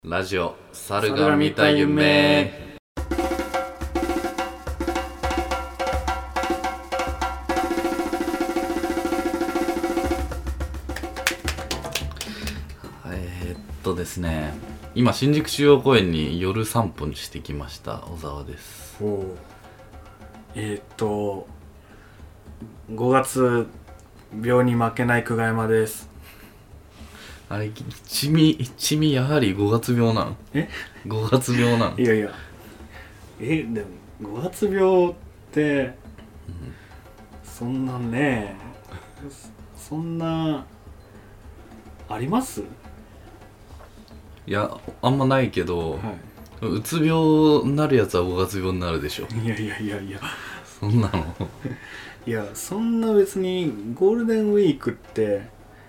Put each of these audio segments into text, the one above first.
ラジオ猿が見た夢。ですね、今新宿中央公園に夜散歩してきました小沢です。 5月病に負けない久我山です。 あれ、一味やはり5月病なの？5月病なの？ いやいや、でも5月病って、そんなね、そんなあります？ いや、あんまないけど、うつ病になるやつは5月病になるでしょ。 いやそんなのいや、そんな別にゴールデンウィークって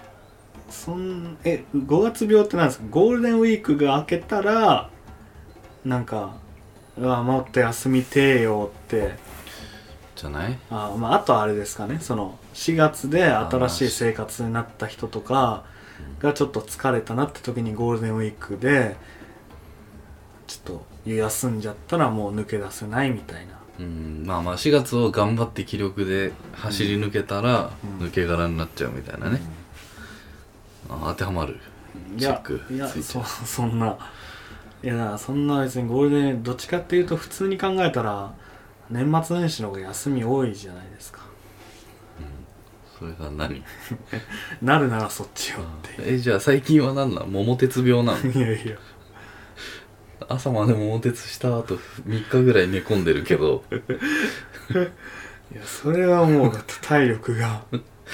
5月病ってなんですか？ゴールデンウィークが明けたらなんかもっと休みてえよってじゃない？ あとあれですかね、その4月で新しい生活になった人とかがちょっと疲れたなって時にゴールデンウィークでちょっと休んじゃったらもう抜け出せないみたいな。 まあ4月を頑張って気力で走り抜けたら抜け殻になっちゃうみたいなね。当てはまる。チェックついちゃう。 そんないや、そんな別にゴールデンどっちかっていうと普通に考えたら年末年始の方が休み多いじゃないですか。 それが何なるならそっちよって。 じゃあ最近は何なの？桃鉄病なの？ いやいや、 朝まで桃鉄した後3日ぐらい寝込んでるけどいや、それはもうだって体力が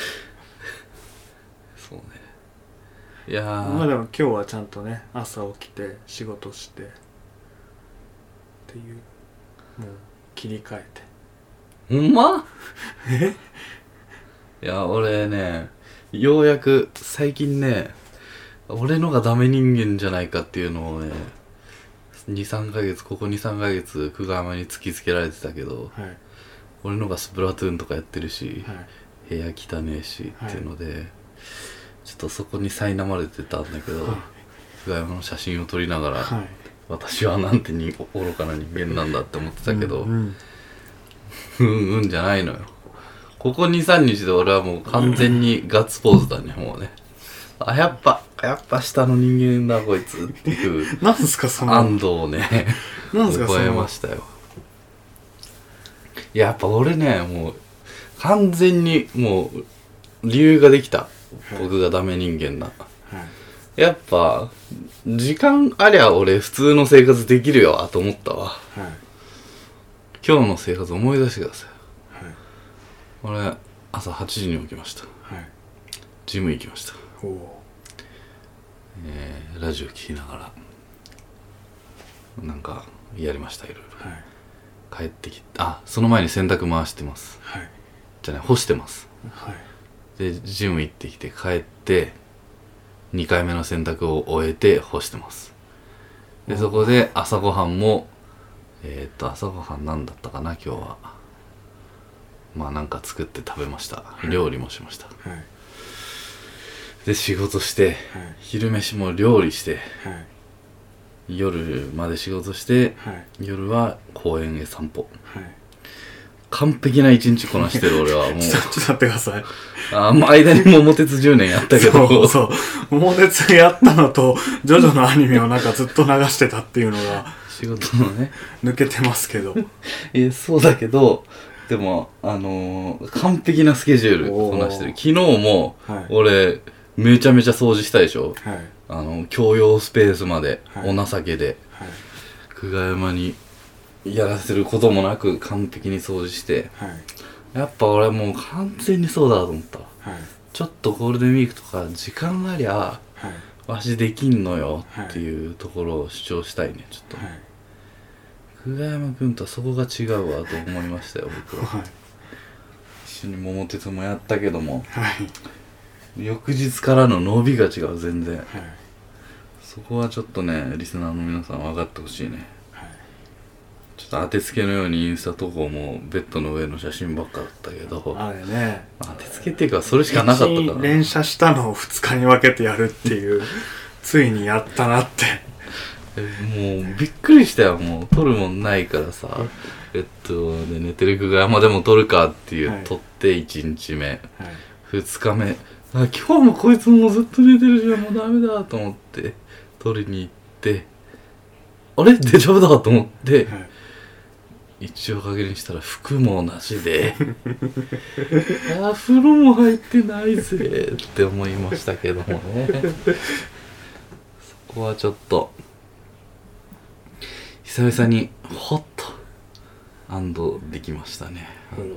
そうね。いやまあでも今日はちゃんとね、朝起きて仕事してっていう、もう切り替えて。 ほんま？いや、俺ね、ようやく最近ね、俺のがダメ人間じゃないかっていうのをね、ここ2、3ヶ月久我山に突きつけられてたけど、俺のがスプラトゥーンとかやってるし、部屋汚ねえしっていうので、ちょっとそこに苛まれてたんだけど、久我山の写真を撮りながら、私はなんて愚かな人間なんだって思ってたけど、じゃないのよ。ここ 2,3 日で俺はもう完全にガッツポーズだね、もうね。やっぱ下の人間だこいつっていうなんすかその安堵をね覚えましたよ。やっぱ俺ね、もう完全にもう理由ができた。僕がダメ人間な。やっぱ時間ありゃ俺普通の生活できるよと思ったわ。今日の生活思い出してください。俺朝8時に起きました。ジム行きました。ラジオ聞きながらなんかやりました。いろいろ、帰ってきて、その前に洗濯回してます。じゃあね、干してます。でジム行ってきて帰って2回目の洗濯を終えて干してます。でそこで朝ごはんも朝ごはん何だったかな今日は。なんか作って食べました。料理もしました。で仕事して、昼飯も料理して、夜まで仕事して、夜は公園へ散歩。完璧な一日こなしてる俺はもうちょっと待ってください。 間に桃鉄10年やったけどそう桃鉄やったのとジョジョのアニメをなんかずっと流してたっていうのが仕事のね抜けてますけどそうだけどでも完璧なスケジュールこなしてる。昨日も、俺めちゃめちゃ掃除したでしょ。共用スペースまで、お情けで、久我山にやらせることもなく完璧に掃除して、やっぱ俺もう完全にそうだと思った。ちょっとゴールデンウィークとか時間ありゃ、わしできんのよっていうところを主張したいね。ちょっと、久我山君とはそこが違うわと思いましたよ僕は。一緒に桃鉄もやったけども、翌日からの伸びが違う全然。そこはちょっとねリスナーの皆さん分かってほしいね。ちょっと当てつけのようにインスタ投稿もベッドの上の写真ばっかだったけど、 あれね、 当てつけっていうかそれしかなかったから連射したのを2日に分けてやるっていうついにやったなってもうびっくりしたよ。もう撮るもんないからさ、で寝てる具合までも撮るかっていう、はい、撮って1日目、はい、2日目、今日もこいつもうずっと寝てるじゃん、もうダメだと思って撮りに行って、あれデジャブだと思って、はい、一応確認したら服もなしで風呂も入ってないぜって思いましたけどもねそこはちょっと久々にホッと安堵できましたね。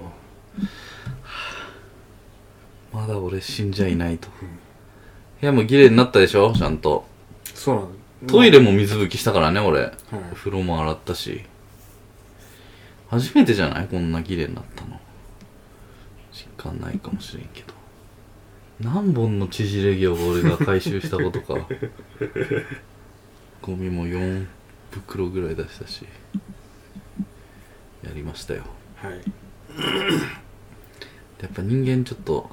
まだ俺死んじゃいないと。部屋も綺麗になったでしょ、ちゃんと。 そうなの。 トイレも水拭きしたからね俺、はい、風呂も洗ったし。初めてじゃないこんな綺麗になったの。実感ないかもしれんけど、何本の縮れ毛を俺が回収したことかゴミも4袋ぐらい出したしやりましたよ。はい。やっぱ人間ちょっと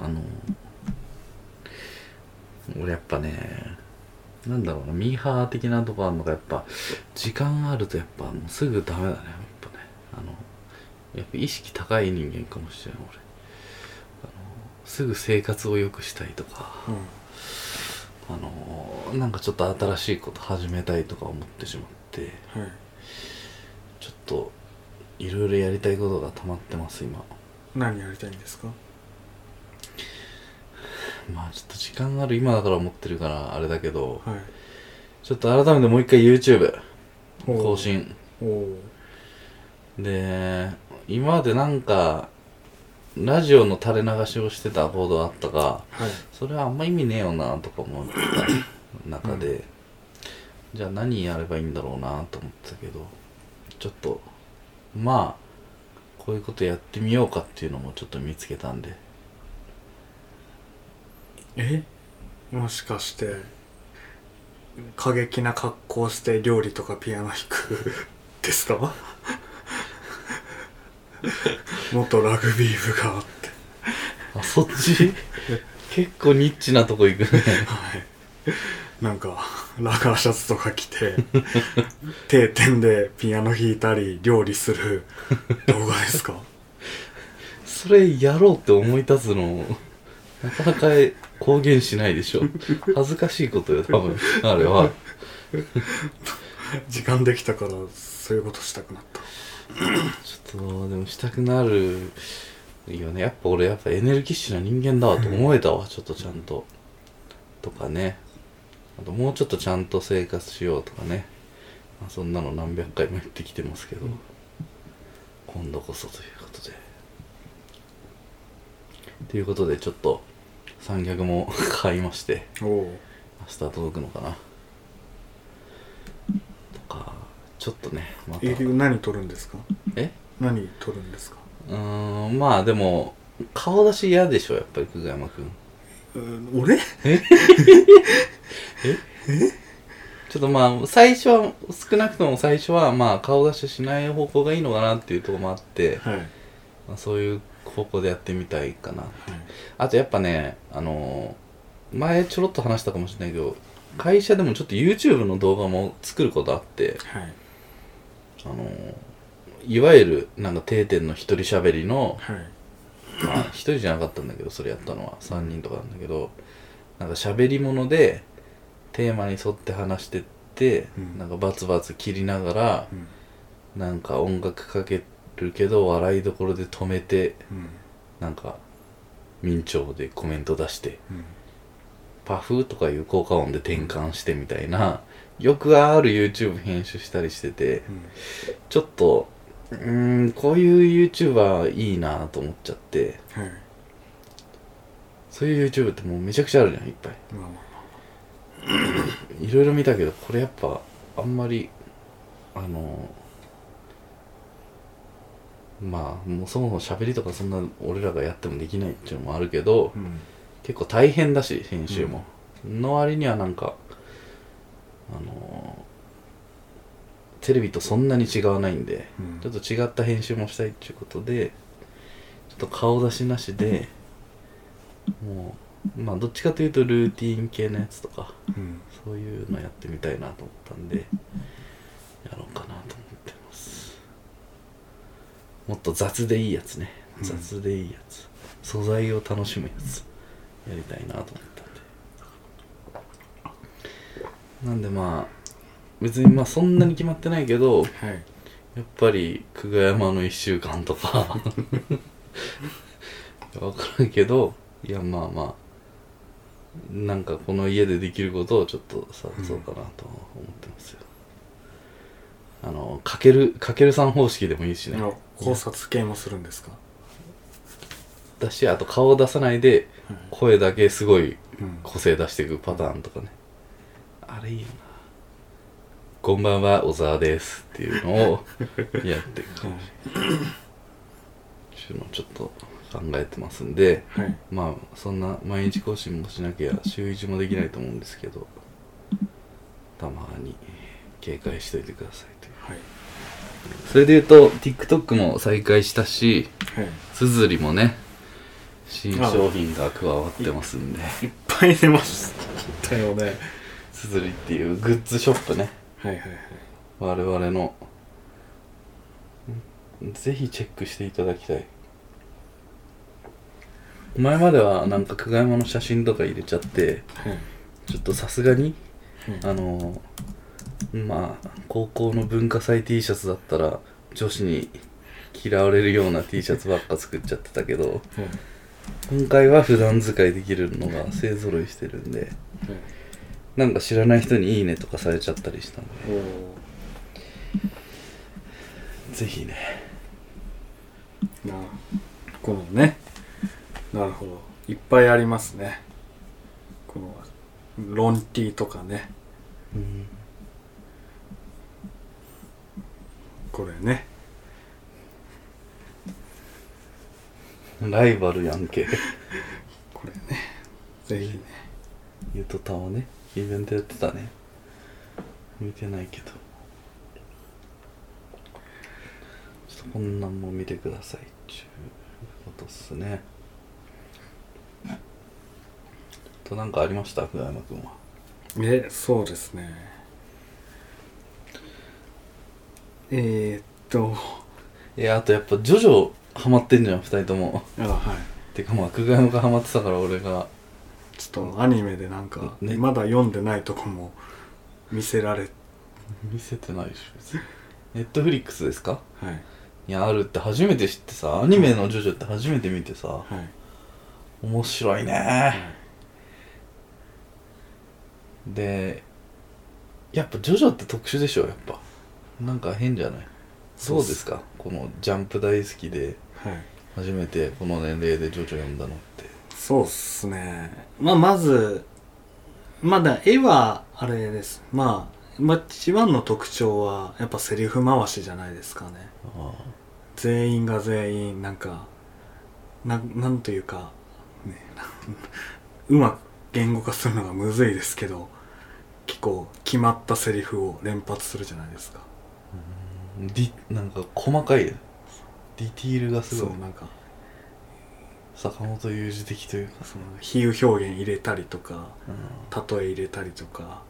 俺やっぱね、なんだろうな、ミーハー的なとこあるのが、やっぱ時間あるとやっぱもうすぐダメだね。やっぱね、やっぱ意識高い人間かもしれない俺。すぐ生活を良くしたいとか、なんかちょっと新しいこと始めたいとか思ってしまって、はい、ちょっといろいろやりたいことが溜まってます今。 何やりたいんですか？ まあちょっと時間がある今だから思ってるからあれだけど、はい、ちょっと改めてもう一回 YouTube 更新で、今までなんかラジオの垂れ流しをしてたボードあったが、はい、それはあんま意味ねえよなとか思った中で、うん、じゃあ何やればいいんだろうなと思ってたけど、ちょっとまあこういうことやってみようかっていうのもちょっと見つけたんで。 もしかして過激な格好して料理とかピアノ弾くですか？元ラグビー部があって。 あ、そっち結構ニッチなとこ行くね。 はい。なんかラガーシャツとか着て定点でピアノ弾いたり料理する動画ですか？ それやろうって思い立つのなかなか公言しないでしょ。恥ずかしいことよ多分あれは。 時間できたからそういうことしたくなった。 ちょっとでもしたくなるよね。やっぱ俺やっぱエネルギッシュな人間だわと思えたわ、ちょっとちゃんととかね。あともうちょっとちゃんと生活しようとかね、まあ、そんなの何百回も言ってきてますけど、今度こそということでちょっと三脚も買いまして、明日届くのかなとか、ちょっとねまた何撮るんですか？何撮るんですか？ まあでも顔出し嫌でしょやっぱり久我山くん。 俺？ ちょっとまあ最初は少なくとも最初はまあ顔出ししない方向がいいのかなっていうところもあって、はい、まあ、そういう方向でやってみたいかな、はい、あとやっぱね前ちょろっと話したかもしれないけど、会社でもちょっと YouTube の動画も作ることあって、はい、いわゆるなんか定点の一人喋りの、はい、まあ一人じゃなかったんだけど、それやったのは3人とかなんだけど、なんか喋り物でテーマに沿って話してって、なんかバツバツ切りながら、なんか音楽かけるけど笑いどころで止めて、なんか明朝でコメント出して、パフとかいう効果音で転換してみたいな、よくある YouTube 編集したりしてて、ちょっとこういう YouTuber いいなと思っちゃって、そういう YouTube ってもうめちゃくちゃあるじゃん、いっぱい。いろいろ見たけど、これやっぱあんまりまあもうそもそも喋りとかそんな俺らがやってもできないっていうのもあるけど、結構大変だし編集も、の割にはなんかテレビとそんなに違わないんで、ちょっと違った編集もしたいっていうことで、ちょっと顔出しなしで、もうまあどっちかというとルーティーン系のやつとか、そういうのやってみたいなと思ったんで、 もっと雑でいいやつね、雑でいいやつ、素材を楽しむやつやりたいなと思ったんで、なんでまあ別にまあそんなに決まってないけど、やっぱり久我山の1週間とか分からんけど、いやまあまあなんかこの家でできることをちょっと探そうかなと思ってますよ。かける3方式でもいいしね。 考察系もするんですか？ だし、あと顔を出さないで声だけすごい個性出していくパターンとかね、あれいいよな。こんばんは小沢ですっていうのをやっていく感じっていうのをちょっと考えてますんで、まあそんな毎日更新もしなきゃ週1もできないと思うんですけど、たまに警戒しておいてくださいという、それでいうと TikTok も再開したし、すずりもね新商品が加わってますんで、 いっぱい出ましたよね。 すずりっていうグッズショップね、我々のぜひチェックしていただきたい。前まではなんか久我山の写真とか入れちゃって、ちょっとさすがに、まあ高校の文化祭 T シャツだったら女子に嫌われるような T シャツばっか作っちゃってたけど、今回は普段使いできるのが勢ぞろいしてるんで、なんか知らない人にいいねとかされちゃったりしたんで、ぜひね。 このね、なるほど、いっぱいありますね。このロンティーとかね、これね、 ライバルやんけこれね、ぜひね。 ゆとたわね、イベントやってたね。見てないけど、ちょっとこんなんも見てくださいっていうことっすね。となんかありました久我山くんは？ そうですね。 あとやっぱジョジョハマってんじゃん2人とも。てかまあ久我山がハマってたから俺がちょっとアニメでなんか、まだ読んでないとこも見せてないでしょ別に。ネットフリックスですか？いやあるって初めて知ってさ、アニメのジョジョって初めて見てさ、面白いね。でやっぱジョジョって特殊でしょ、やっぱなんか変じゃない？そうですか？このジャンプ大好きで、初めてこの年齢でジョジョ読んだのって。 そうっすね。まずまだ絵はあれです。一番の特徴はやっぱセリフ回しじゃないですかね。全員が全員なんというか、ね、うまく言語化するのがむずいですけど、結構決まったセリフを連発するじゃないですか。 なんか細かいディティールがすごい。 そうなんか坂本雄二的というか、 その比喩表現入れたりとか、例え入れたりとか、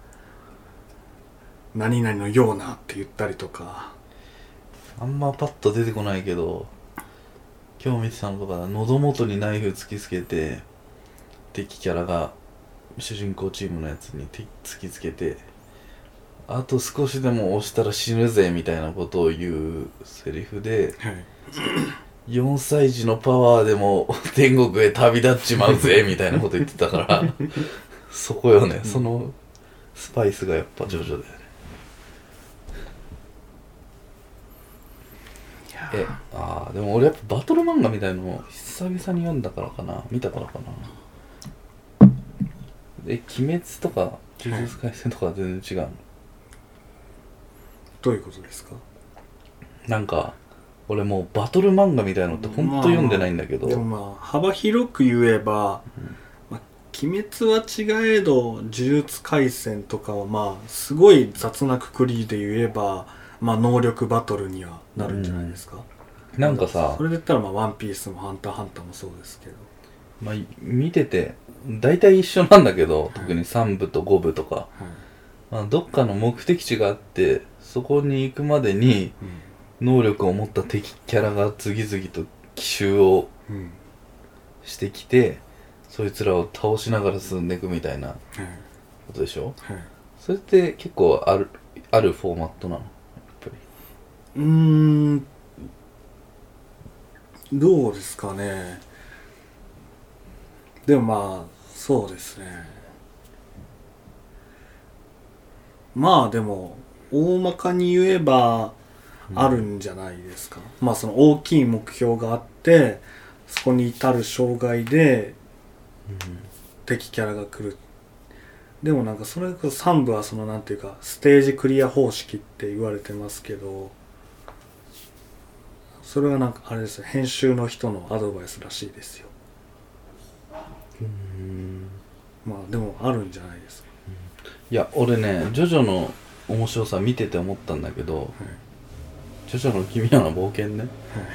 何々のようなって言ったりとか。 あんまパッと出てこないけど、今日見てたのとか喉元にナイフ突きつけて敵キャラが主人公チームのやつに突きつけて、あと少しでも押したら死ぬぜみたいなことを言うセリフで、4歳児のパワーでも天国へ旅立っちまうぜみたいなこと言ってたからそこよね、そのスパイスがやっぱジョジョだよね。でも俺やっぱバトル漫画みたいのを久々に読んだからかな、見たからかな。鬼滅とか呪術廻戦とかは全然違うの？ どういうことですか？ なんか俺もうバトル漫画みたいのってほんと読んでないんだけど、 でも幅広く言えば、鬼滅は違えど呪術廻戦とかはすごい雑なくくりで言えば能力バトルにはなるんじゃないですか。 なんかさ、 それで言ったらワンピースもハンターハンターもそうですけど、 見てて大体一緒なんだけど、特に3部と5部とか、どっかの目的地があってそこに行くまでに能力を持った敵キャラが次々と奇襲をしてきて、そいつらを倒しながら進んでいくみたいなことでしょ、はい、それって結構あるフォーマットなのやっぱり。 どうですかね。でもまあそうですね。まあでも大まかに言えばあるんじゃないですか、まあその大きい目標があってそこに至る障害で敵キャラが来る。でもなんかそれこそ3部はそのなんていうかステージクリア方式って言われてますけど、それはなんかあれですよ、編集の人のアドバイスらしいですよ。まあでもあるんじゃないですか。 いや俺ねジョジョの面白さ見てて思ったんだけど、はい、ジョジョの奇妙な冒険ね、はい、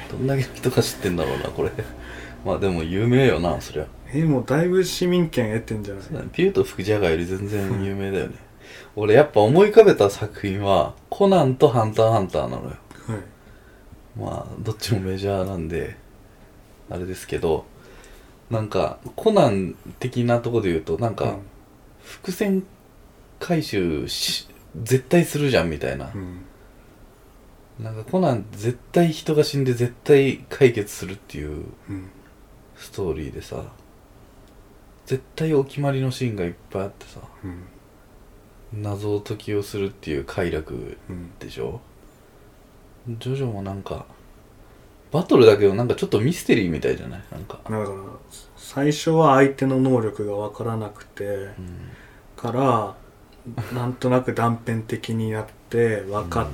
どんだけ人が知ってんだろうなこれまあでも有名よなそりゃ。 もうだいぶ市民権得てんじゃない。 ピューと福ジャガより全然有名だよね俺やっぱ思い浮かべた作品はコナンとハンターハンターなのよ、はい、まあどっちもメジャーなんであれですけど、なんかコナン的なとこで言うとなんか伏線回収絶対するじゃんみたいな、なんかコナン絶対人が死んで絶対解決するっていうストーリーでさ、絶対お決まりのシーンがいっぱいあってさ、謎解きをするっていう快楽でしょ、ジョジョもなんかバトルだけどなんかちょっとミステリーみたいじゃない？なんかだから最初は相手の能力が分からなくて、からなんとなく断片的になって分かって、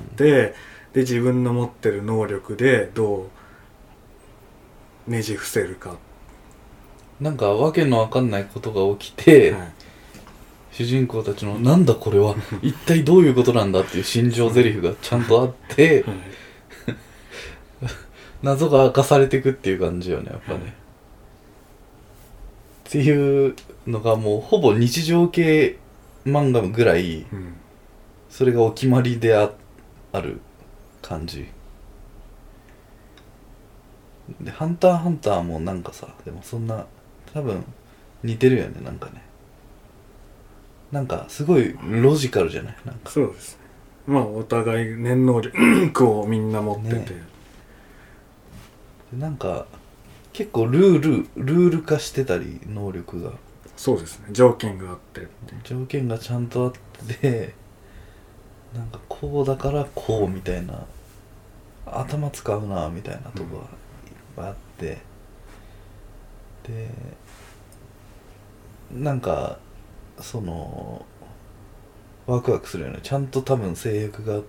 で自分の持ってる能力でどうねじ伏せるか。 なんかわけのわかんないことが起きて、はい、主人公たちのなんだこれは一体どういうことなんだっていう心情台詞がちゃんとあって、はい謎が明かされていくっていう感じよねやっぱね、はい、っていうのがもうほぼ日常系漫画ぐらい、それがお決まりで ある感じで、ハンターハンターもなんかさ、でもそんな多分似てるよね、なんかね、なんかすごいロジカルじゃない？なんかそうですね。まあお互い念能力をみんな持ってて、ね、 なんか結構ルール化してたり能力が。 そうですね、条件があって条件がちゃんとあってなんかこうだからこうみたいな、頭使うなみたいなとこがいっぱいあって、でなんかそのワクワクするよね。ちゃんと多分制約があって、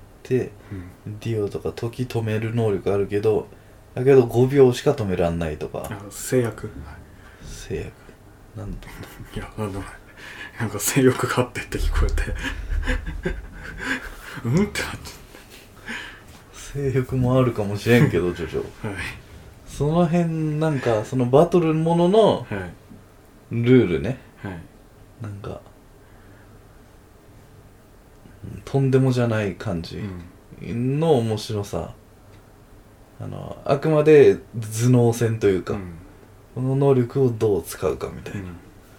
ディオとか時止める能力あるけどだけど5秒しか止めらんないとか。 制約、 制約なんだいやなんか性欲があってって聞こえてうんってなって、 性欲もあるかもしれんけどジョジョ、はい、その辺なんかそのバトルもののルールね、はい、なんかとんでもじゃない感じの面白さ、あくまで頭脳戦というか、この能力をどう使うかみたいな、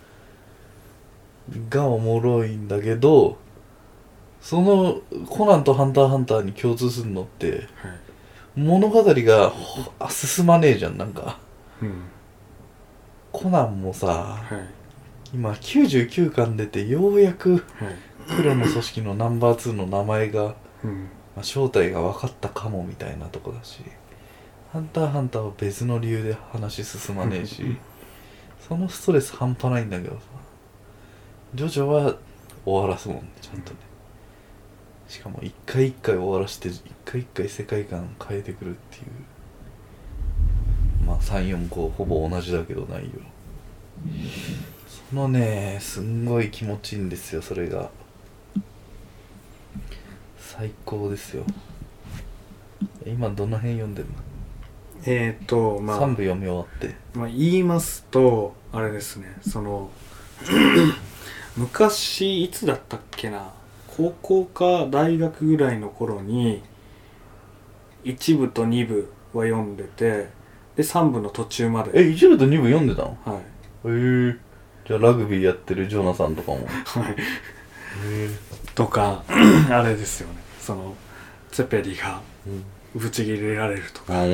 がおもろいんだけど、そのコナンとハンターハンターに共通するのって、はい、物語が進まねえじゃん。なんか、コナンもさ、はい、今99巻出てようやく黒の組織のナンバー2の名前が、正体が分かったかもみたいなとこだし、ハンターハンターは別の理由で話進まねえしそのストレス半端ないんだけどさ、ジョジョは終わらすもんね、ちゃんとね。しかも一回一回終わらして一回一回世界観変えてくるっていう。まあ345ほぼ同じだけど内容、そのねすんごい気持ちいいんですよ。それが最高ですよ。今どの辺読んでるの？ まあ 3部読み終わって、 言いますとあれですね、その昔いつだったっけな、高校か大学ぐらいの頃に 1部と2部は読んでて、で3部の途中まで。 1部と2部読んでたの？ はい。 じゃあラグビーやってるジョナサンとかも。 はい。とかあれですよね、そのツェペリがブチギレられるとか、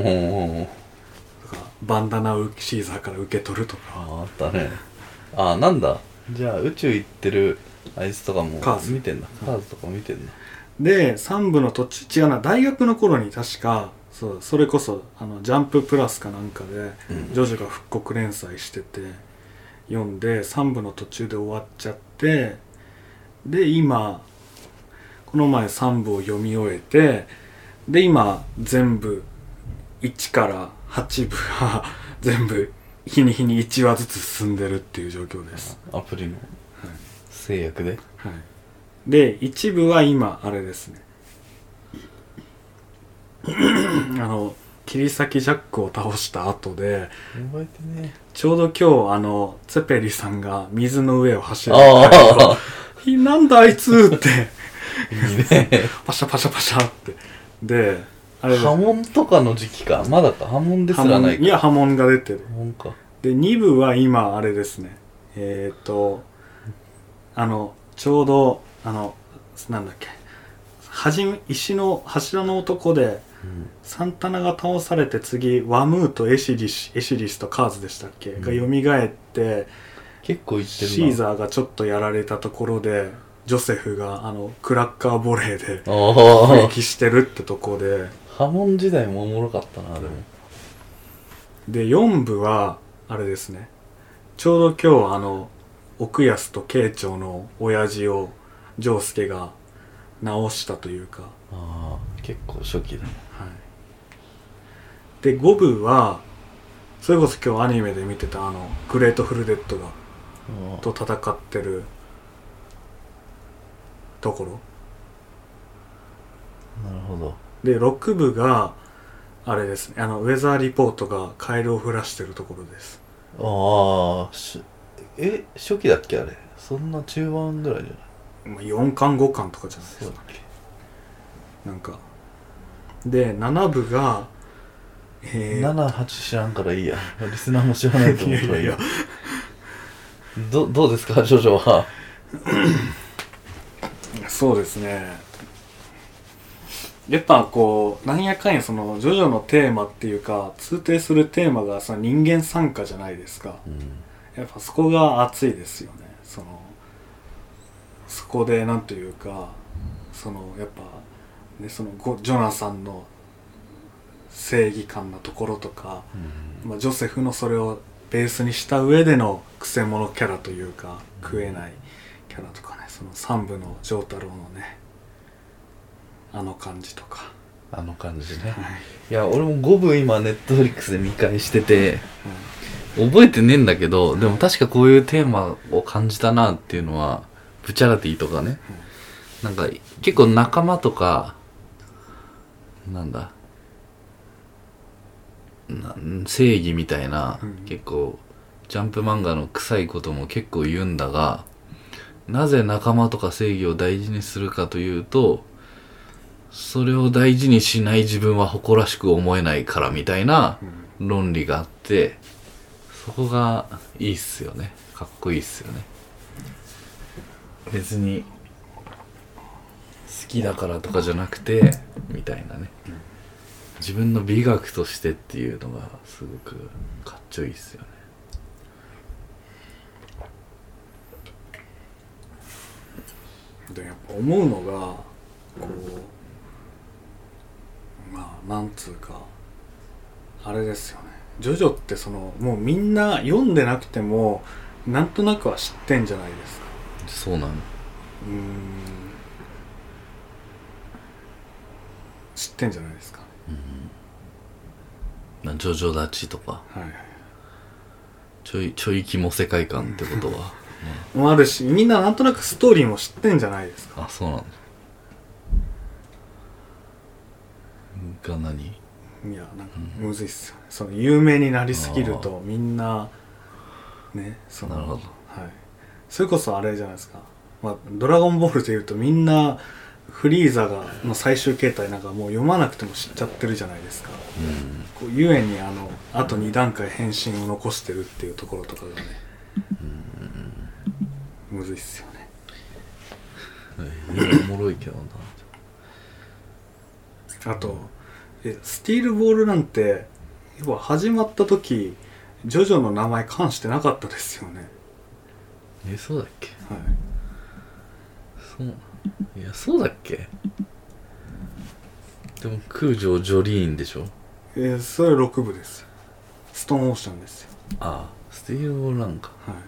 バンダナをシーザーから受け取るとか。 あったね。なんだ、じゃあ宇宙行ってるあいつとかも見てんだ。カーズとかも見てんだ。 で3部の途中、違うな、大学の頃に確かそれこそジャンププラスかなんかで、ジョジョが復刻連載してて読んで3部の途中で終わっちゃって、で今この前3部を読み終えて、で今全部1から8部が全部日に日に1話ずつ進んでるっていう状況です。 アプリの制約で、 はい、で1部は今あれですね切り裂きジャックを倒した後で、 覚えてね、 ちょうど今日ツェペリさんが水の上を走るなんだあいつっていいねパシャパシャパシャって、であれ波紋とかの時期か、まだか、波紋ですらないか。 いや波紋が出てる。 波紋か。 で2部は今あれですね、ちょうどなんだっけ、石の柱の男で、サンタナが倒されて、次ワムーとエシリスとカーズでしたっけ、が蘇って結構言ってるな。 シーザーがちょっとやられたところでジョセフがクラッカーボレーで攻撃してるってとこで、 波紋時代もおもろかったな。でもで4部はあれですね、ちょうど今日奥安と慶長の親父を丈介が直したというか、 結構初期だね。 はい、で5部はそれこそ今日アニメで見てたグレートフルデッドがと戦ってるところ。 なるほど。 で6部があれですね、ウェザーリポートがカエルを降らしてるところです。 初期だっけあれ？そんな中盤ぐらいじゃない ？4巻5巻とかじゃないですかね。なんかで7部が 7、8知らんからいいや。リスナーも知らないと思うからいいや。どうですかジョジョは？ そうですね、やっぱこうなんやかんやそのジョジョのテーマっていうか通底するテーマがその人間参加じゃないですか、やっぱそこが熱いですよね。そこでなんというかやっぱね、ジョナサンの正義感なところとか、ジョセフのそれをベースにした上でのクセモノキャラというか食えないキャラとかね、その3部の丈太郎のね感じとか。 感じね、 はい、 いや俺も5部今ネットフリックスで見返してて、覚えてねえんだけど、でも確かこういうテーマを感じたなっていうのはブチャラティとかね、なんか結構仲間とかなんだ正義みたいな、結構ジャンプ漫画の臭いことも結構言うんだが、なぜ仲間とか正義を大事にするかというと、それを大事にしない自分は誇らしく思えないからみたいな論理があって、そこがいいっすよね。かっこいいっすよね。別に好きだからとかじゃなくてみたいなね、自分の美学としてっていうのがすごくかっちょいいっすよね。 でやっぱ思うのがこうなんつうかあれですよね、ジョジョってもうみんな読んでなくてもなんとなくは知ってんじゃないですか。 そうなの？ 知ってんじゃないですか。 ジョジョ立ちとか、 はい、 ちょい肝世界観ってことはもあるし、みんななんとなくストーリーも知ってんじゃないですか。 そうなんだ。が何？ いやなんかむずいっすよね、有名になりすぎるとみんなね、 なるほど。 はい、それこそあれじゃないですか、ドラゴンボールでいうとみんなフリーザの最終形態なんかもう読まなくても知っちゃってるじゃないですか、こうゆえにあと2段階変身を残してるっていうところとかがね、むずいっすよね。 おもろいけどな。あとスティールボールなんて要は始まった時ジョジョの名前冠してなかったですよね。 そうだっけ。 はい。 いやそうだっけ。でも空城ジョリーンでしょ。 それ6部ですよ。ストーンオーシャンですよ。 ああスティールボールランか。 はい。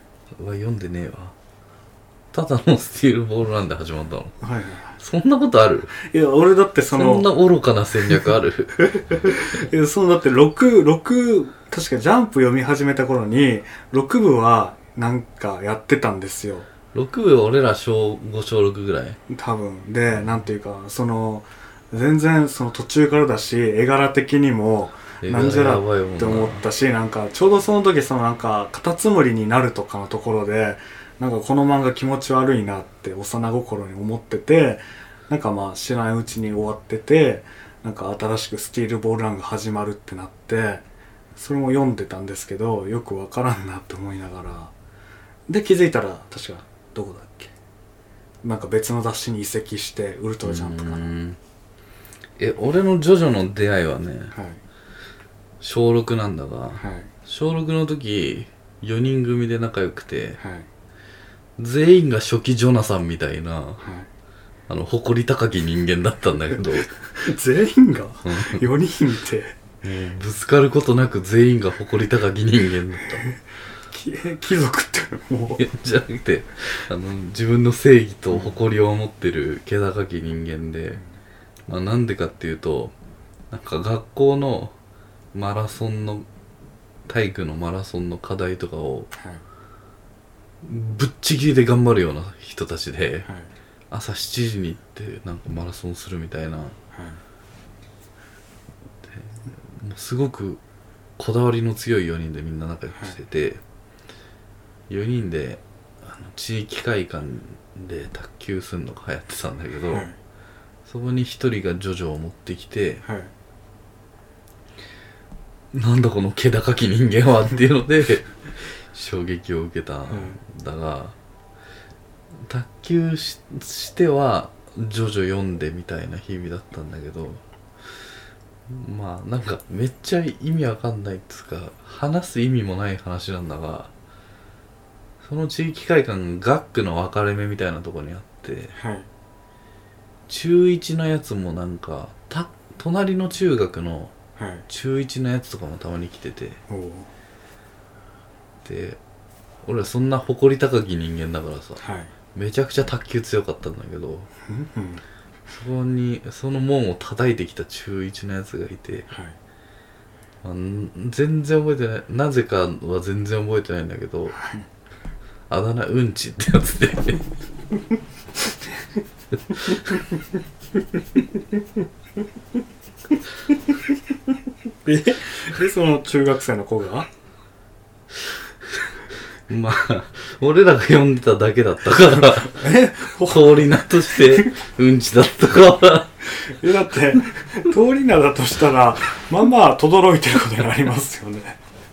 読んでねえわ。ただのスティールボールランで始まったの。 はいはい。 そんなことある？ いや俺だってそんな愚かな戦略ある？ いやだって6確かジャンプ読み始めた頃に6部はなんかやってたんですよ。 6部は俺ら小5小6ぐらい多分で、なんていうか全然途中からだし絵柄的にもなんじゃらって思ったし、なんかちょうどその時なんかカタツムリになるとかのところでなんかこの漫画気持ち悪いなって幼心に思ってて、なんかまあ知らないうちに終わってて、なんか新しくスティールボールランが始まるってなって、それも読んでたんですけどよくわからんなって思いながら、で気づいたら確かどこだっけ、なんか別の雑誌に移籍してウルトラジャンプかな。 俺のジョジョの出会いはね、 はい、 小6なんだが、 はい、 小6の時4人組で仲良くて、 はい、 全員が初期ジョナサンみたいな、 はい、 誇り高き人間だったんだけど全員が4人ってもうぶつかることなく全員が誇り高き人間だった貴族ってもうじゃなくて自分の正義と誇りを持ってる気高き人間で、なんでかっていうと、なんか学校のマラソンの体育のマラソンの課題とかをぶっちぎりで頑張るような人たちで、朝7時に行ってなんかマラソンするみたいな、もうすごくこだわりの強い4人でみんな仲良くしてて、4人で地域会館で卓球するのが流行ってたんだけど、そこに1人がジョジョを持ってきて、なんだこの気高き人間はっていうので衝撃を受けたんだが、卓球 してはジョジョ読んでみたいな日々だったんだけど、まあなんかめっちゃ意味わかんないっつうか話す意味もない話なんだが、その地域会館学区の分かれ目みたいなところにあって、中1のやつもなんか隣の中学の中1のやつとかもたまに来てて、で俺はそんな誇り高き人間だからさ、めちゃくちゃ卓球強かったんだけど、そこにその門を叩いてきた中1のやつがいて、全然覚えてない、なぜかは全然覚えてないんだけど、あだ名うんちってやつでその中学生の子がまあ俺らが読んでただけだったから通り名としてうんちだったからだって通り名だとしたらまあまあ轟いてることになりますよね。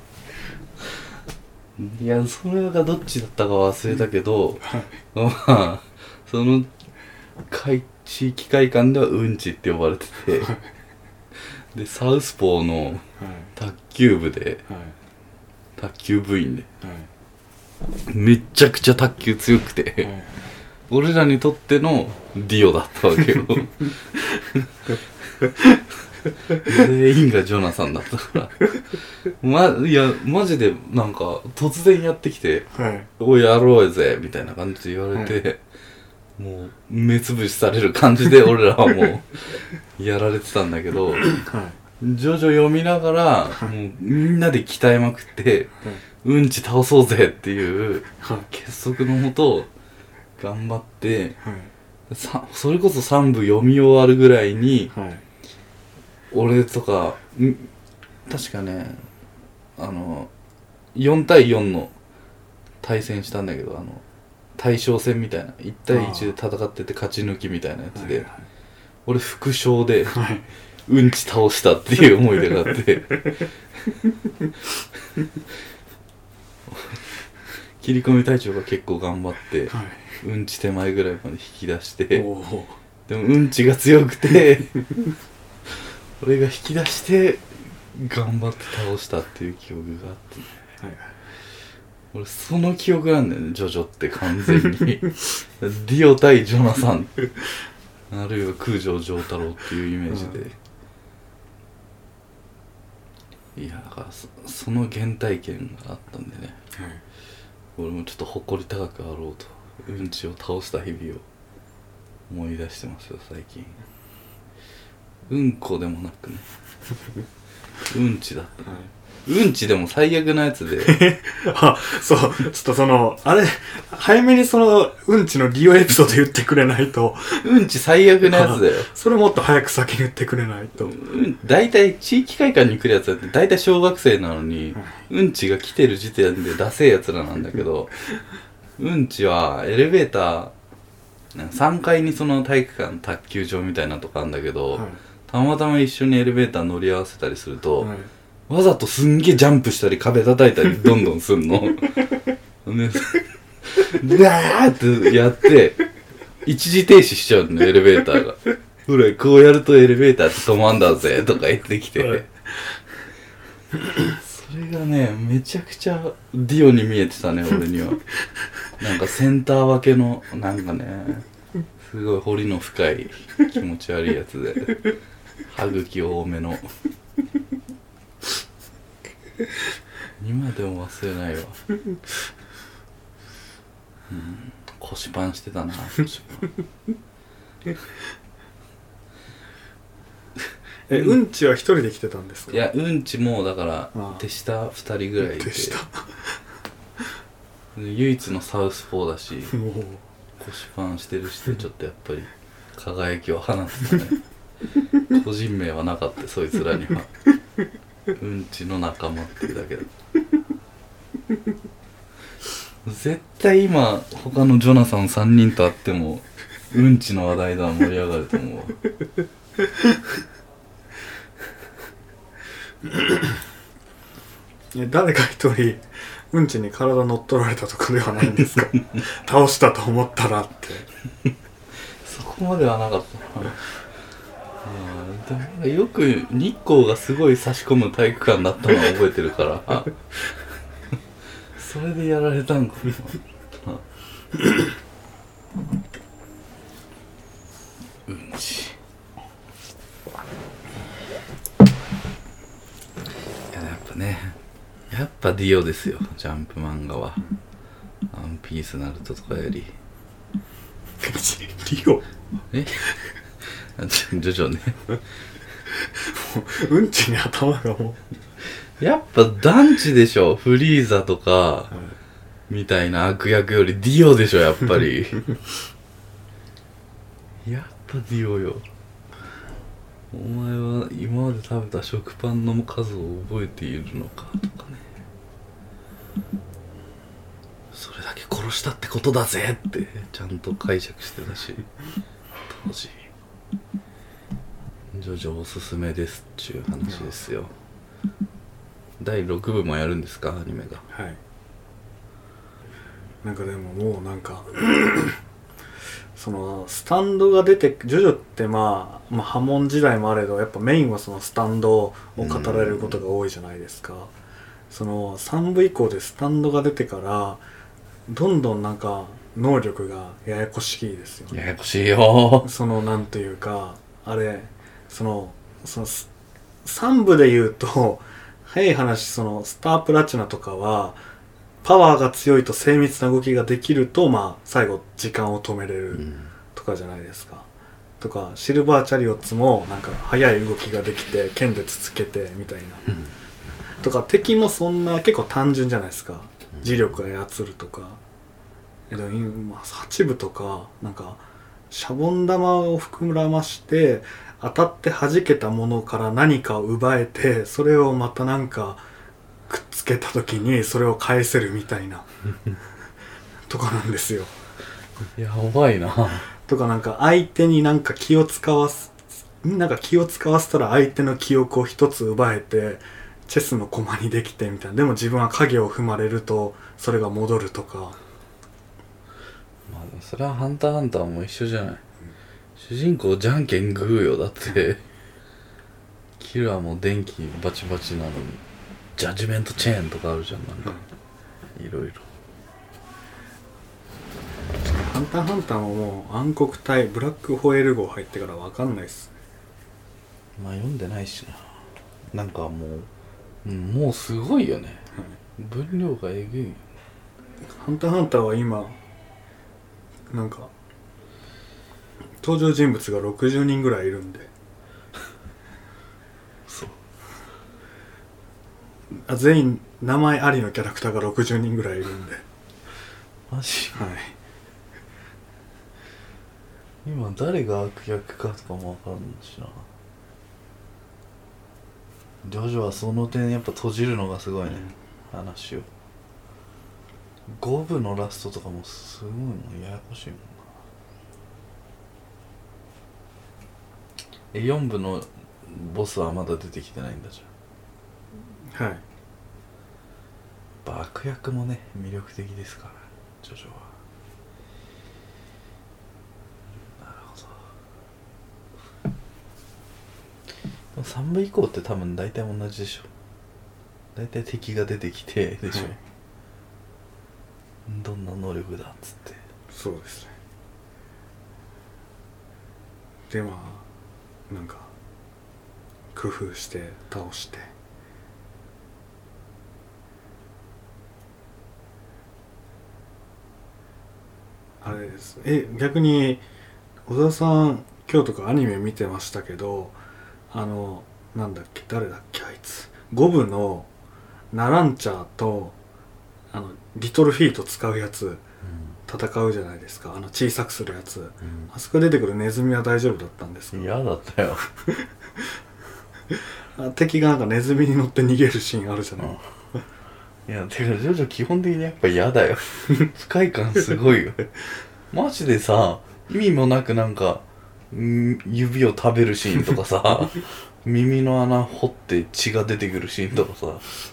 いやそれがどっちだったか忘れたけど、まあその地域会館ではうんちって呼ばれててでサウスポーの卓球部で、卓球部員で、めっちゃくちゃ卓球強くて、俺らにとってのディオだったわけよ全員がジョナサンだったからいやマジでなんか突然やってきて「おいやろうぜ」みたいな感じで言われて、もう目つぶしされる感じで俺らはもうやられてたんだけど、ジョジョ読みながらもうみんなで鍛えまくってうんち倒そうぜっていう結束のもと頑張って、それこそ3部読み終わるぐらいに、俺とか確かね4対4の対戦したんだけど、 対象戦みたいな1対1で戦ってて勝ち抜きみたいなやつで、はいはい、俺副賞で、はい、うんち倒したっていう思い出があって切り込み隊長が結構頑張って、はい、うんち手前ぐらいまで引き出してでもうんちが強くて俺が引き出して頑張って倒したっていう記憶があって、ね、はい、俺その記憶なんだよね、ジョジョって完全にディオ対ジョナサンあるいは空城城太郎っていうイメージで、うん、いやだからその原体験があったんでね、はい、俺もちょっと誇り高くあろうとうんちを倒した日々を思い出してますよ最近。うんこでもなくねうんちだった、はい、うんちでも最悪なやつであ、そうちょっとそのあれ早めにそのうんちの利用エピソード言ってくれないと。 うんち最悪なやつだよ。 それもっと早く先に言ってくれないと。 だいたい地域会館に来るやつだってだいたい小学生なのに、はい、うんちが来てる時点でダセえやつらなんだけどうんちはエレベーター3階にその体育館卓球場みたいなとこあるんだけど、はい、たまたま一緒にエレベーター乗り合わせたりすると、はい、わざとすんげえジャンプしたり壁叩いたりどんどんすんのね、ブワーってやって一時停止しちゃうのエレベーターがほらこうやるとエレベーターって止まんだぜとか言ってきて、はい、それがねめちゃくちゃディオに見えてたね俺には。なんかセンター分けのなんかねすごい彫りの深い気持ち悪いやつで歯茎多めの今でも忘れないわ、うん、腰パンしてたな腰パンうんちは一人で来てたんですか？ いやうんちもだから手下2人ぐらいいて、手下唯一のサウスポーだし腰パンしてるしてちょっとやっぱり輝きを放ってたね個人名はなかったそいつらにはうんちの仲間っていうだけだ。絶対今他のジョナサン3人と会ってもうんちの話題では盛り上がると思うわ誰か一人うんちに体乗っ取られたとかではないんですか？倒したと思ったらってそこまではなかったな。でもよく日光がすごい差し込む体育館だったのは覚えてるからそれでやられたんかなうんちいややっぱねやっぱディオですよジャンプ漫画は。ワンピースナルトとかよりディオジョジョねうんちに頭がもうやっぱ団地でしょフリーザとか、はい、みたいな悪役よりディオでしょやっぱりやっぱディオよ。お前は今まで食べた食パンの数を覚えているのかとかね、それだけ殺したってことだぜってちゃんと解釈してたし当時ジョジョおすすめですっちゅう話ですよ。第6部もやるんですかアニメが。 はい。なんかでももうなんかそのスタンドが出てジョジョってまあ波紋時代もあれどやっぱメインはそのスタンドを語られることが多いじゃないですか。その3部以降でスタンドが出てからどんどんなんか能力がややこしいですよね。 ややこしいよ。 そのなんというかあれその3部で言うと早い話そのスタープラチナとかはパワーが強いと精密な動きができるとまあ最後時間を止めれるとかじゃないですか、とかシルバーチャリオッツもなんか速い動きができて剣でつつけてみたいな、とか敵もそんな結構単純じゃないですか。磁力操るとか8部とかなんかシャボン玉を膨らまして当たって弾けたものから何かを奪えてそれをまたなんかくっつけた時にそれを返せるみたいなとかなんですよ。 やばいな。 とかなんか相手になんか気を使わせたら相手の記憶を一つ奪えてチェスの駒にできてみたいな。でも自分は影を踏まれるとそれが戻るとか。 まあそれはハンターハンターも一緒じゃない、主人公じゃんけんグーよ。だってキルはもう電気バチバチなのにジャッジメントチェーンとかあるじゃん。なんかいろいろ。 ハンターハンターももう暗黒体ブラックホエール号入ってから分かんないっす。 まあ読んでないしな。なんかもう、もうすごいよね、分量がえぐい。 ハンターハンターは今なんか登場人物が60人ぐらいいるんでそう全員名前ありのキャラクターが60人ぐらいいるんで。 マジ、 はい。 今誰が悪役かとかも分かんないしな。ジョジョはその点やっぱ閉じるのがすごいね、話を。5部のラストとかもすごいもん、ややこしいもんな。4部のボスはまだ出てきてないんだじはい。 ゃん。悪役もね魅力的ですからジョジョは。なるほど。3部以降って多分大体同じでしょ。大体敵が出てきてでしょ、はい、どんな能力だっつって。 そうですね。でまあなんか工夫して倒して、あれです。逆に小田さん今日とかアニメ見てましたけど、なんだっけ、誰だっけあいつ、5部のナランチャーとリトルフィート使うやつ、戦うじゃないですか。小さくするやつ、あそこ出てくるネズミは大丈夫だったんですか？ 嫌だったよ敵がなんかネズミに乗って逃げるシーンあるじゃない、 いやてかジョジョ基本的にやっぱ嫌だよ不快感すごいよマジでさ、意味もなくなんか指を食べるシーンとかさ耳の穴掘って血が出てくるシーンとかさ。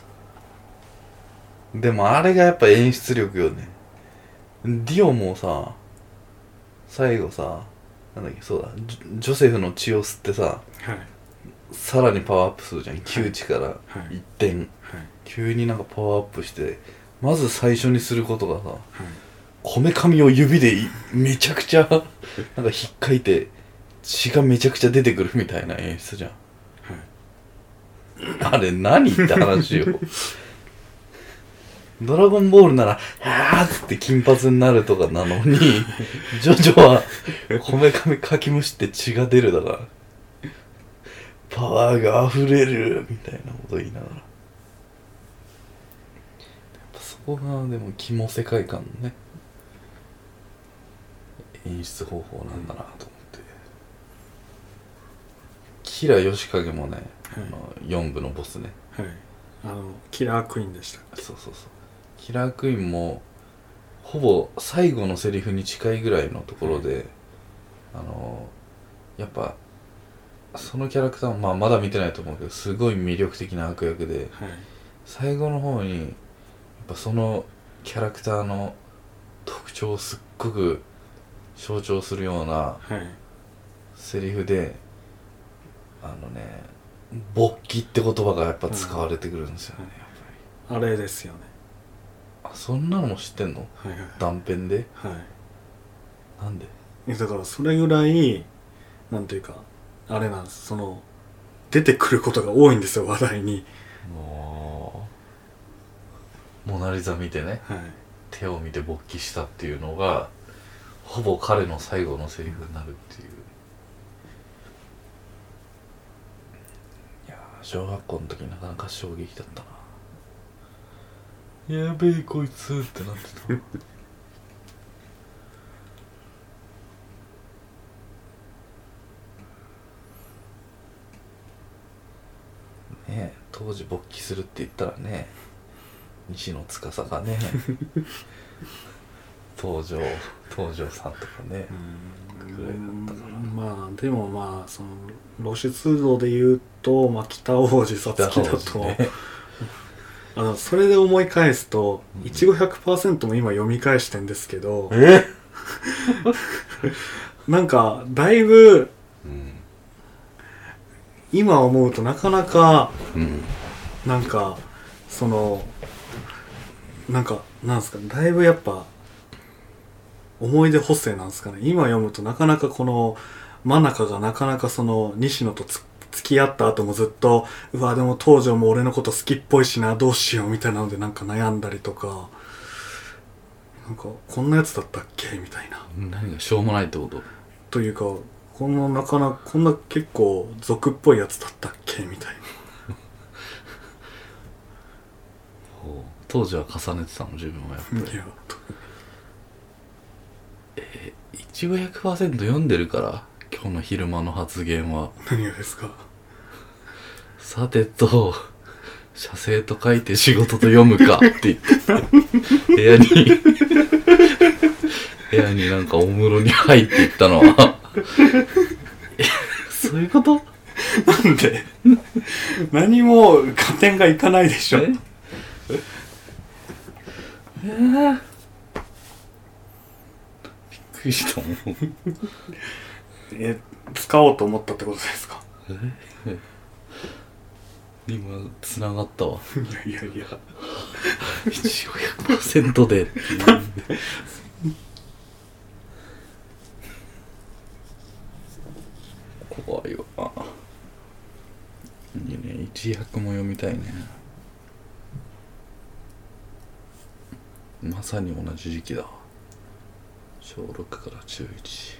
でもあれがやっぱ演出力よね。ディオもさ最後さ、なんだっけ、そうだ、ジョセフの血を吸ってさ、 はい、 さらにパワーアップするじゃん、窮地から一転、はいはい、急になんかパワーアップして、まず最初にすることがさ、はい、こめかみを指でめちゃくちゃなんかひっかいて血がめちゃくちゃ出てくるみたいな演出じゃん、はい、あれ何って話よドラゴンボールならあーっつって金髪になるとかなのにジョジョはこめかみかきむしって血が出るだからパワーが溢れるみたいなこと言いながら、やっぱそこがでも肝世界観のね演出方法なんだなと思って、キラヨシカゲもね、はい、4部のボスね、 はい、キラークイーンでしたっけ。 そうそうそう、キラークイーンもほぼ最後のセリフに近いぐらいのところで、やっぱそのキャラクターも、まだ見てないと思うけどすごい魅力的な悪役で、はい、最後の方にやっぱそのキャラクターの特徴をすっごく象徴するようなセリフで、勃起って言葉がやっぱ使われてくるんですよね、 やっぱりあれですよね。 あ、そんなのも知ってんの？はいはい、断片で、 はい、 なんで？ だからそれぐらいなんていうかあれなんです。出てくることが多いんですよ、話題に。 モナリザ見てね、はい、手を見て勃起したっていうのがほぼ彼の最後のセリフになるっていう。いや小学校の時なかなか衝撃だったな。やべえこいつってなってたねえ、当時勃起するって言ったらね、西野司がね登場東條さんとかねぐらいだったから。 まあでもまあその露出度で言うと、まあ、北王子さつきだと、ね、それで思い返すといちご 100% も今読み返してんですけど、なんかだいぶ、今思うとなかなか、なんかそのなんすか、だいぶやっぱ思い出補正なんですかね。今読むとなかなかこの真中がなかなかその西野と付き合った後もずっと、うわでも東條も俺のこと好きっぽいしな、どうしようみたいなのでなんか悩んだりとか、なんかこんなやつだったっけみたいな。 何がしょうもないってこと？ というか、こんな結構俗っぽいやつだったっけみたいな。 当時は重ねてたの自分はやっぱり。いや、いちご 100% 読んでるから今日の昼間の発言は。 何がですか？ さてと写生と書いて仕事と読むかって言って部屋になんかお風呂に入っていったのはそういうこと？ なんで何も加点がいかないでしょ。 びっくりしたもん使おうと思ったってことですか？ 今繋がったわ。 いや一応 100% でっていう怖いわ。いいね、一役も読みたいね。まさに同じ時期だ。小6から中1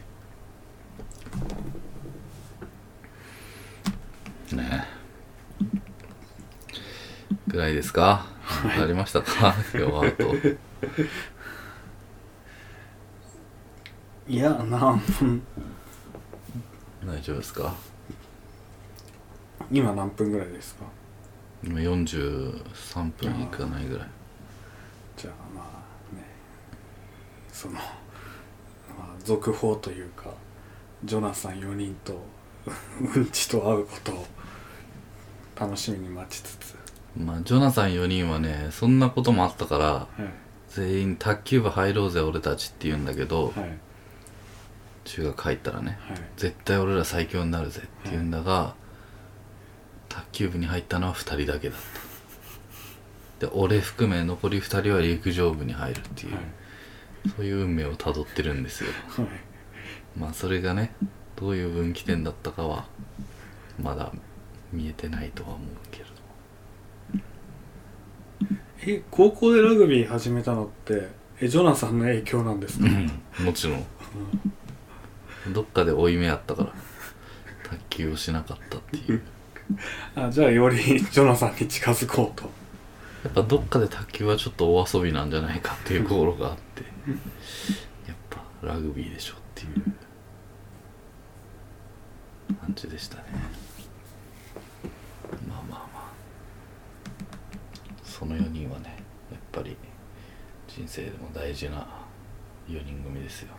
ねえぐらいですか？ありましたか今日は。あといや大丈夫ですか？ 今何分ぐらいですか？ 今43分いかないぐらい。 じゃあまあね、その、まあ、続報というかジョナサン4人とうんちと会うことを楽しみに待ちつつ、 まあジョナサン4人はね、そんなこともあったから、 はい、 全員卓球部入ろうぜ俺たちって言うんだけど、 はい、 中学入ったらね、 はい、 絶対俺ら最強になるぜって言うんだが、はい、卓球部に入ったのは2人だけだった。で俺含め残り2人は陸上部に入るっていう、はい、そういう運命をたどってるんですよ、はい、まあそれがねどういう分岐点だったかはまだ見えてないとは思うけれど。高校でラグビー始めたのってジョナサンの影響なんですか？ もちろん、どっかで負い目あったから卓球をしなかったっていうじゃあよりジョナサンに近づこうと。 やっぱどっかで卓球はちょっとお遊びなんじゃないかっていうところがあってやっぱラグビーでしょっていう感じでしたね。まあその4人はねやっぱり人生でも大事な4人組ですよ。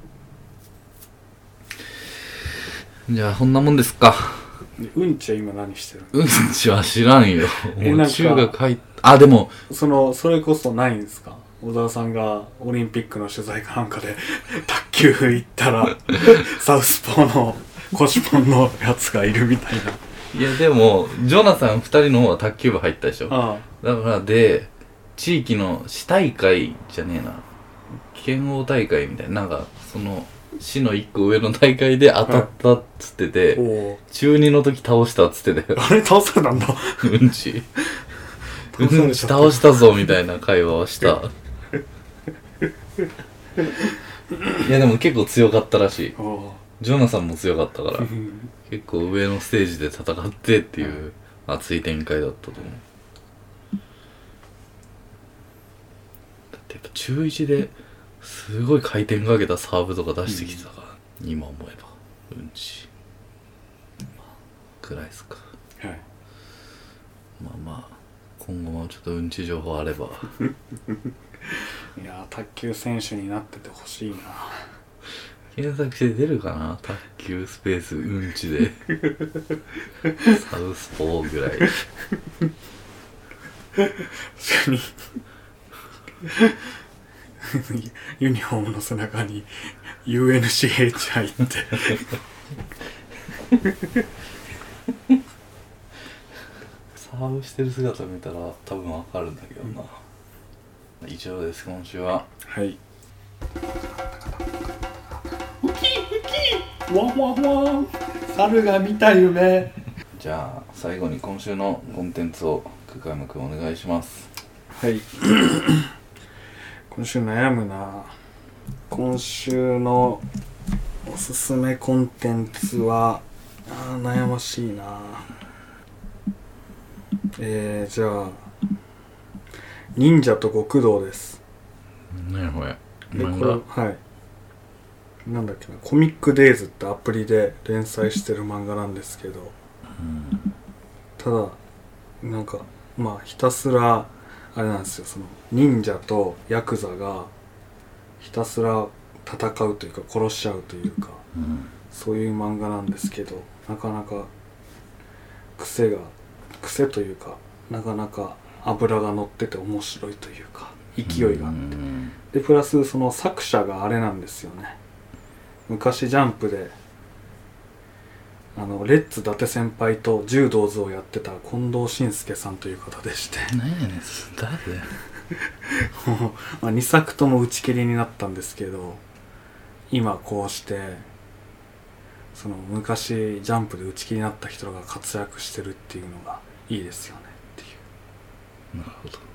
じゃあこんなもんですか。 うんちは今何してる？ うんちは知らんよ。もう中学入っでもそれこそないんですか？小沢さんがオリンピックの取材かなんかで卓球行ったらサウスポーの腰ポンのやつがいるみたいな。 いやでもジョナサン2人の方は卓球部入ったでしょ。だからで地域の市大会じゃねえな、県央大会みたいな、なんかその市の1個上の大会で当たったっつってて、中2の時倒したっつってたよ。 あれ倒されたんだ。 うんち倒したぞみたいな会話をしたいやでも結構強かったらしい。ジョナサンも強かったから結構上のステージで戦ってっていう熱い展開だったと思う。だってやっぱ中1ですごい回転かけたサーブとか出してきてたから、今思えばうんちくらいですか。はい。まあ今後もちょっとうんち情報あればいや卓球選手になっててほしいな。 検索して出るかな、卓球スペースうんちでサウスポーぐらい。 確かにユニフォームの背中に UNCH 入ってサーブしてる姿見たら多分わかるんだけどな、以上です今週は。 はい。ウキウキワンワンワン猿が見た夢。 じゃあ最後に今週のコンテンツを久山くんお願いします。 はい今週悩むな。今週のおすすめコンテンツは悩ましいな。じゃあ忍者と極道です。 何これ。 漫画。はい。なんだっけな、コミックデイズってアプリで連載してる漫画なんですけど、ただなんかまあひたすらあれなんですよ、その忍者とヤクザがひたすら戦うというか殺し合うというか、そういう漫画なんですけど、なかなか癖というかなかなか脂が乗ってて面白いというか勢いがあって、でプラスその作者があれなんですよね、昔ジャンプでレッツ伊達先輩と柔道図をやってた近藤慎介さんという方でして、 何やねん誰だよまあ2作とも打ち切りになったんですけど、今こうしてその昔ジャンプで打ち切りになった人が活躍してるっていうのがいいですよねっていう。 なるほど。 はい。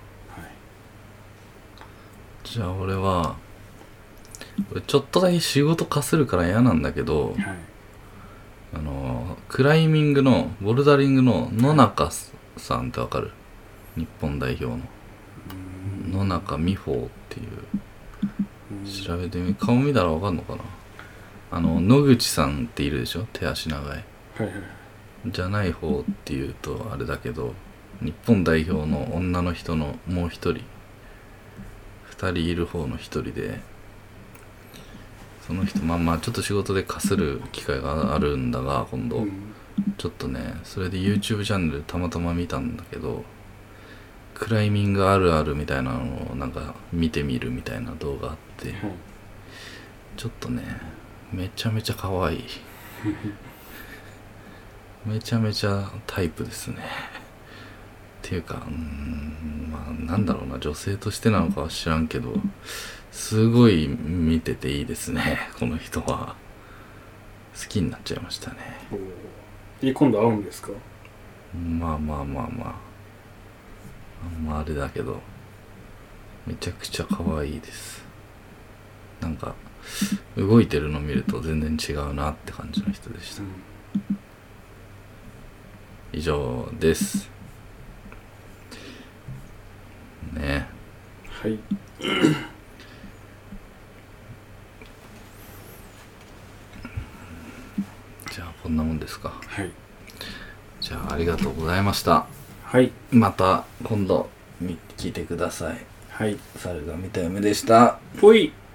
じゃあ俺ちょっとだけ仕事かするから嫌なんだけど、はい、クライミングのボルダリングの野中さんってわかる？日本代表の野中美穂っていう、調べてみ、顔見たらわかんのかな。野口さんっているでしょ、手足長い、はいはい、じゃない方っていうとあれだけど、日本代表の女の人のもう一人、2人いる方の一人で、その人まあちょっと仕事でかする機会があるんだが今度、ちょっとねそれで YouTube チャンネルたまたま見たんだけど、クライミングあるあるみたいなのをなんか見てみるみたいな動画あって、ちょっとねめちゃめちゃ可愛いめちゃめちゃタイプですねっていうか、まあなんだろうな、女性としてなのかは知らんけど、すごい見てていいですね。この人は好きになっちゃいましたね。 今度会うんですか？ まああんまあれだけどめちゃくちゃ可愛いです。なんか動いてるの見ると全然違うなって感じの人でした。以上ですね。 はいじゃあこんなもんですか。 はい。 じゃあありがとうございました。 はい。 また今度聞いてください。 はい。 猿が見た夢でした。 ぽい。